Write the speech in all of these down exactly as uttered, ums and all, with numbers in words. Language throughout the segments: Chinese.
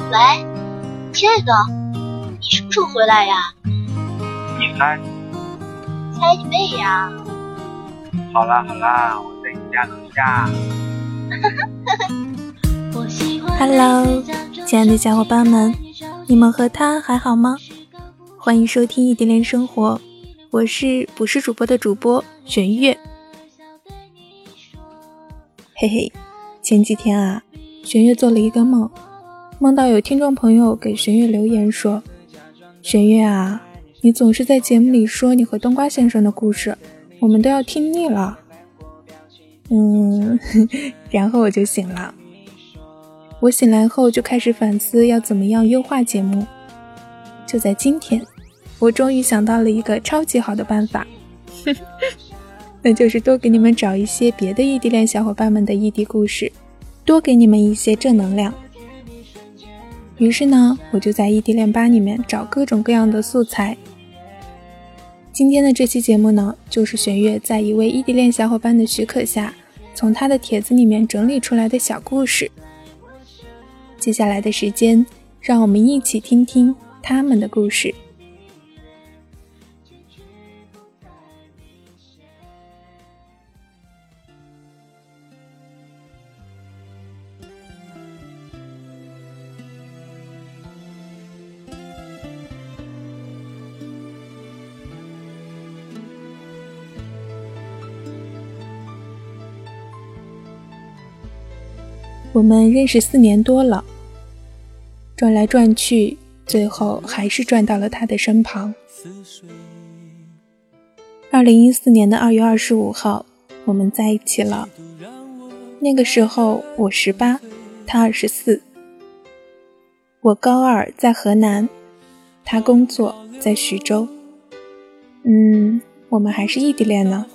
喂，亲爱的，你什么时候回来呀？ 你猜？ 猜你妹呀！ 好啦好啦，我在你家楼下。 Hello， 亲爱的小伙伴们，你们和他还好吗？欢迎收听异地恋生活，我是不是主播的主播玄月。嘿嘿，前几天啊，玄月做了一个梦，梦到有听众朋友给玄月留言说，玄月啊，你总是在节目里说你和冬瓜先生的故事，我们都要听腻了。嗯，然后我就醒了。我醒来后就开始反思要怎么样优化节目。就在今天，我终于想到了一个超级好的办法，那就是多给你们找一些别的异地恋小伙伴们的异地故事，多给你们一些正能量。于是呢，我就在异地恋吧里面找各种各样的素材。今天的这期节目呢，就是玄月在一位异地恋小伙伴的许可下，从他的帖子里面整理出来的小故事。接下来的时间，让我们一起听听他们的故事。我们认识四年多了，转来转去，最后还是转到了他的身旁。二零一四年的二月二十五号，我们在一起了。那个时候我十八，他二十四。我高二在河南，他工作在徐州。嗯，我们还是异地恋呢。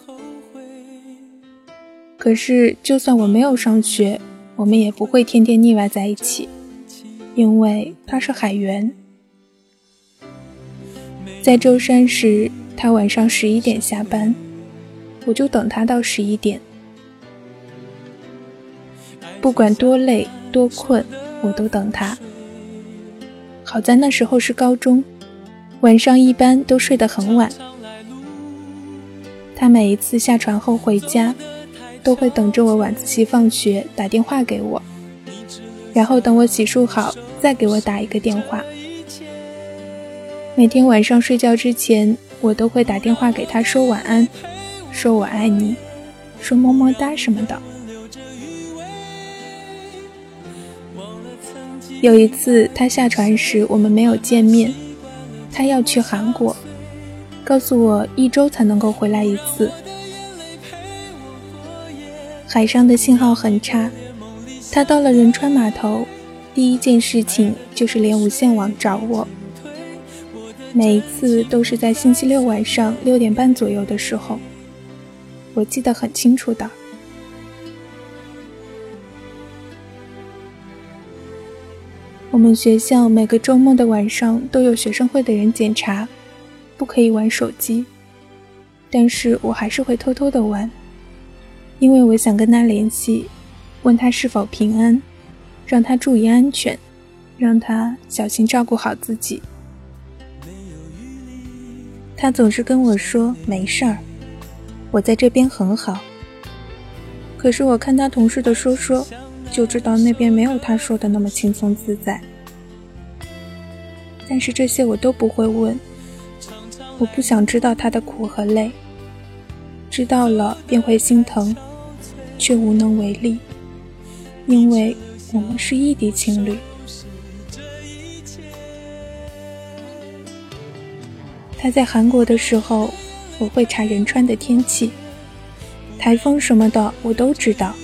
可是就算我没有上学，我们也不会天天腻歪在一起，因为他是海员。在舟山时，他晚上十一点下班，我就等他到十一点。不管多累多困，我都等他。好在那时候是高中，晚上一般都睡得很晚。他每一次下船后回家，都会等着我晚自习放学打电话给我，然后等我洗漱好再给我打一个电话。每天晚上睡觉之前，我都会打电话给他说晚安，说我爱你，说么么哒什么的。有一次他下船时我们没有见面，他要去韩国，告诉我一周才能够回来一次。海上的信号很差，他到了仁川码头，第一件事情就是连无线网找我。每一次都是在星期六晚上六点半左右的时候，我记得很清楚的。我们学校每个周末的晚上都有学生会的人检查，不可以玩手机，但是我还是会偷偷的玩。因为我想跟他联系，问他是否平安，让他注意安全，让他小心照顾好自己。他总是跟我说没事儿，我在这边很好。可是我看他同事的说说，就知道那边没有他说的那么轻松自在。但是这些我都不会问，我不想知道他的苦和累，知道了便会心疼，却无能为力，因为我们是异地情侣。他在韩国的时候，我会查仁川的天气，台风什么的我都知道。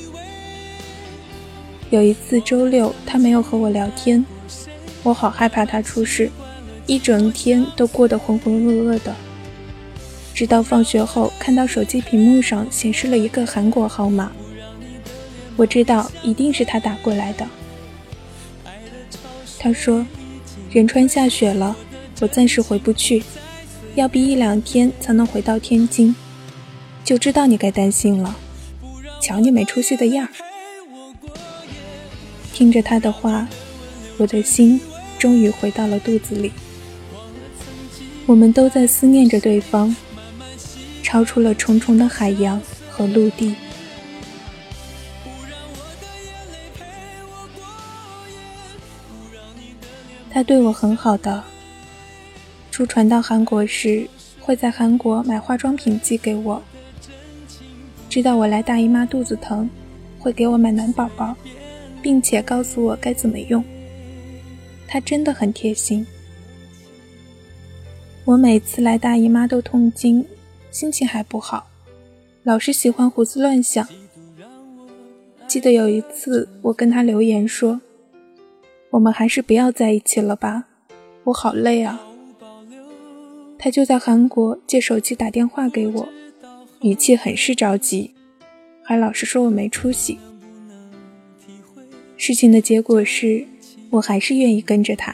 有一次周六他没有和我聊天，我好害怕他出事，一整天都过得浑浑噩噩的。直到放学后看到手机屏幕上显示了一个韩国号码，我知道一定是他打过来的。他说仁川下雪了，我暂时回不去，要逼一两天才能回到天津，就知道你该担心了，瞧你没出息的样儿。听着他的话， 我的心终于回到了肚子里。我们都在思念着对方，超出了重重的海洋和陆地。他对我很好的，出船到韩国时会在韩国买化妆品寄给我，知道我来大姨妈肚子疼，会给我买暖宝宝，并且告诉我该怎么用。他真的很贴心。我每次来大姨妈都痛经，心情还不好，老是喜欢胡思乱想。记得有一次我跟他留言说，我们还是不要在一起了吧，我好累啊。他就在韩国借手机打电话给我，语气很是着急，还老是说我没出息。事情的结果是，我还是愿意跟着他。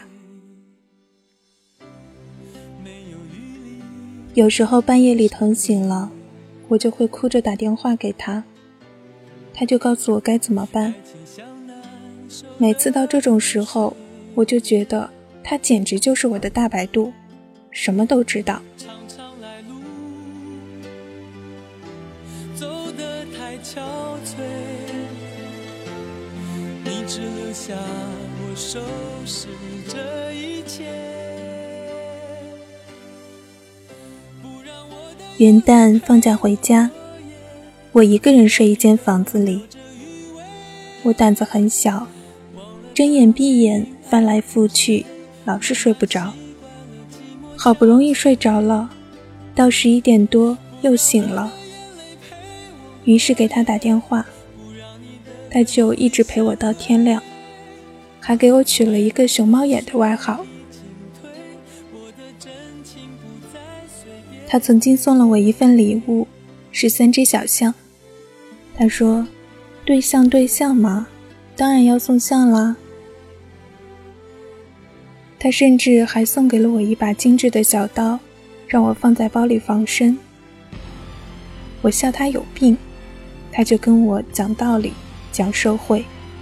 有时候半夜里疼醒了，我就会哭着打电话给他，他就告诉我该怎么办。每次到这种时候，我就觉得他简直就是我的大白兔，什么都知道。 走得太憔悴，你只留下我收拾这一切。 元旦放假回家，我一个人睡一间房子里。我胆子很小，睁眼闭眼翻来覆去，老是睡不着。好不容易睡着了，到十一点多又醒了。于是给他打电话，他就一直陪我到天亮，还给我取了一个熊猫眼的外号。他曾经送了我一份礼物，是三只小象。他说，对象对象嘛，当然要送象啦。他甚至还送给了我一把精致的小刀，让我放在包里防身。我笑他有病，他就跟我讲道理，讲社会。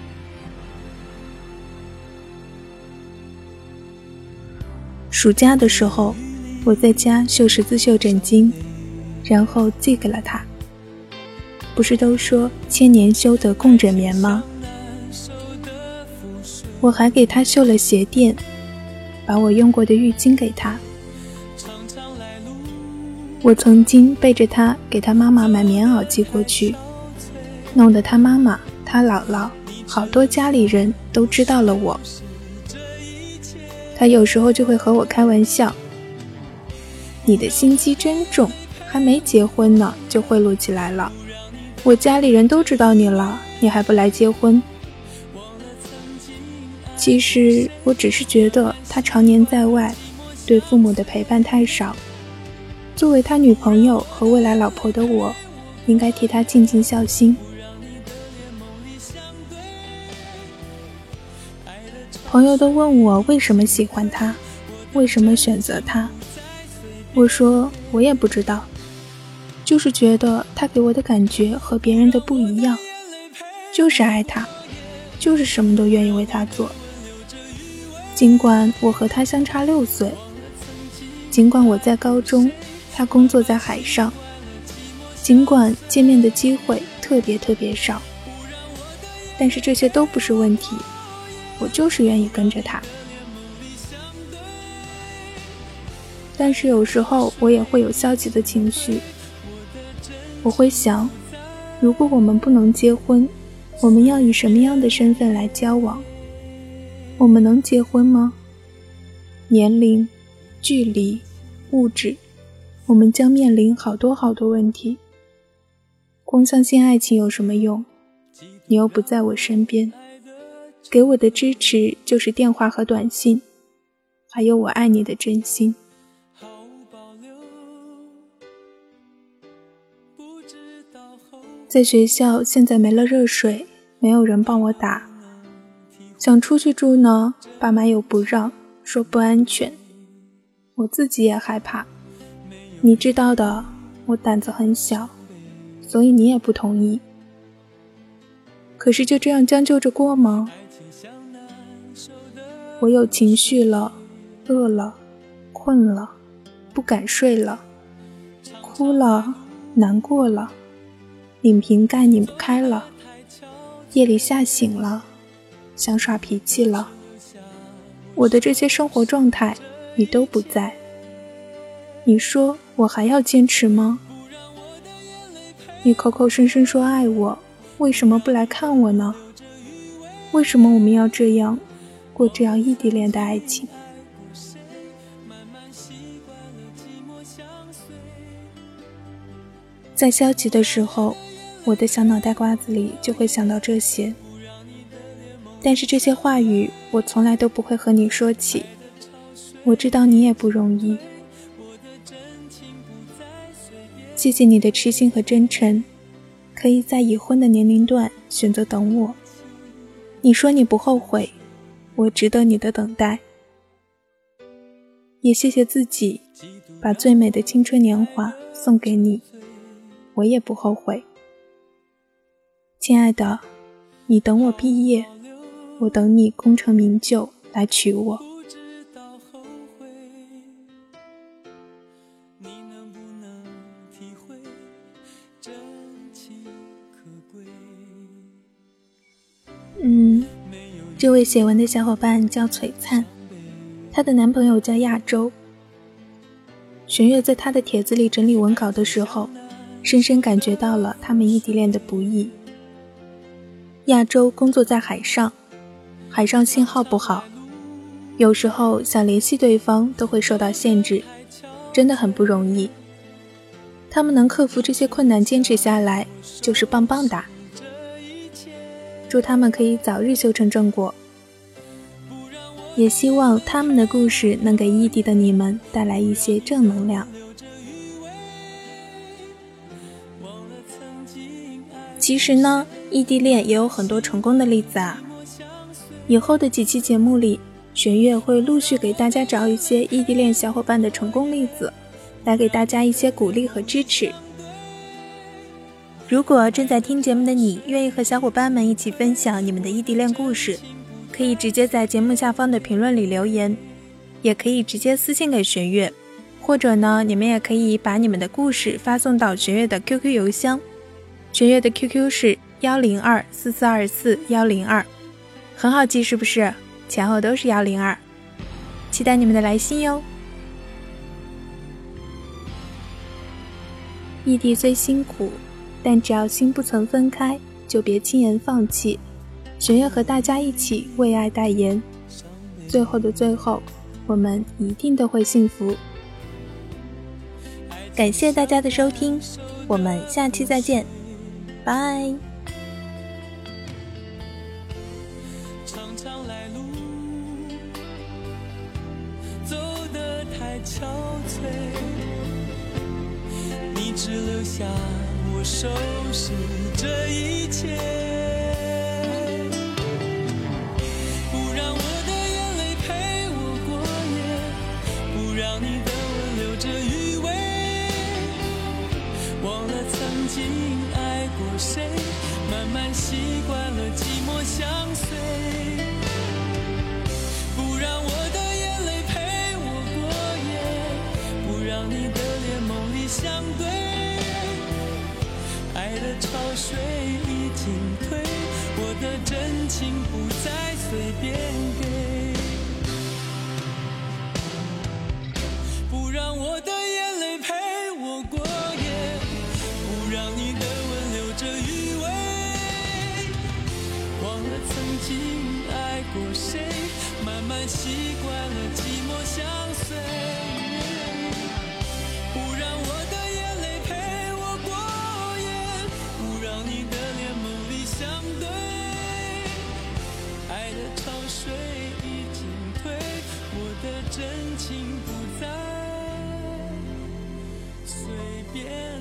暑假的时候，我在家绣十字绣枕巾，然后寄给了他。不是都说千年修得共枕眠吗？我还给他绣了鞋垫，把我用过的浴巾给他。我曾经背着他给他妈妈买棉袄寄过去，弄得他妈妈、他姥姥、好多家里人都知道了我。他有时候就会和我开玩笑，你的心机真重，还没结婚呢就贿赂起来了，我家里人都知道你了，你还不来结婚。其实我只是觉得他常年在外，对父母的陪伴太少，作为他女朋友和未来老婆的我，应该替他尽尽孝心。朋友都问我为什么喜欢他，为什么选择他。我说我也不知道，就是觉得他给我的感觉和别人的不一样，就是爱他，就是什么都愿意为他做。尽管我和他相差六岁，尽管我在高中，他工作在海上，尽管见面的机会特别特别少，但是这些都不是问题，我就是愿意跟着他。但是有时候我也会有消极的情绪，我会想，如果我们不能结婚，我们要以什么样的身份来交往？我们能结婚吗？年龄、距离、物质，我们将面临好多好多问题。光相信爱情有什么用？你又不在我身边，给我的支持就是电话和短信，还有我爱你的真心。在学校现在没了热水，没有人帮我打，想出去住呢，爸妈又不让，说不安全，我自己也害怕。你知道的，我胆子很小，所以你也不同意。可是就这样将就着过吗？ 我有情绪了，饿了，困了，不敢睡了，哭了，难过了，拧瓶盖拧不开了，夜里吓醒了，想耍脾气了。我的这些生活状态你都不在，你说我还要坚持吗？你口口声声说爱我，为什么不来看我呢？为什么我们要这样过这样异地恋的爱情？在消极的时候，我的小脑袋瓜子里就会想到这些，但是这些话语我从来都不会和你说起。我知道你也不容易，谢谢你的痴心和真诚，可以在已婚的年龄段选择等我。你说你不后悔，我值得你的等待。也谢谢自己，把最美的青春年华送给你，我也不后悔。亲爱的，你等我毕业，我等你功成名就来娶我。嗯，这位写文的小伙伴叫璀璨，她的男朋友叫亚洲。玄月在她的帖子里整理文稿的时候，深深感觉到了他们异地恋的不易。亚洲工作在海上，海上信号不好，有时候想联系对方都会受到限制，真的很不容易。他们能克服这些困难坚持下来，就是棒棒哒。祝他们可以早日修成正果，也希望他们的故事能给异地的你们带来一些正能量。其实呢，异地恋也有很多成功的例子啊。以后的几期节目里，玄月会陆续给大家找一些异地恋小伙伴的成功例子，来给大家一些鼓励和支持。如果正在听节目的你愿意和小伙伴们一起分享你们的异地恋故事，可以直接在节目下方的评论里留言，也可以直接私信给玄月，或者呢，你们也可以把你们的故事发送到玄月的 Q Q 邮箱，玄月的 Q Q 是一零二四四二四一零二，很好记是不是？前后都是一零二，期待你们的来信哟。异地虽辛苦，但只要心不曾分开，就别轻言放弃。玄月和大家一起为爱代言，最后的最后，我们一定都会幸福。感谢大家的收听，我们下期再见，拜。 常常来路走得太憔悴，你只留下我收拾这一切，不让我的眼泪陪我过夜，不让你的吻留着余味，忘了曾经爱过谁，慢慢习惯了寂寞相随，不让我的眼泪陪我过夜，不让你的脸梦里相对，爱的潮水已经退，我的真情不再随便给，不让我的眼泪陪我过夜，不让你的吻留着余味，忘了曾经爱过谁，慢慢习惯了寂寞相随，不让我的眼泪陪我过夜，不让你的脸梦里相对，爱的潮水已经退，我的真情不再随便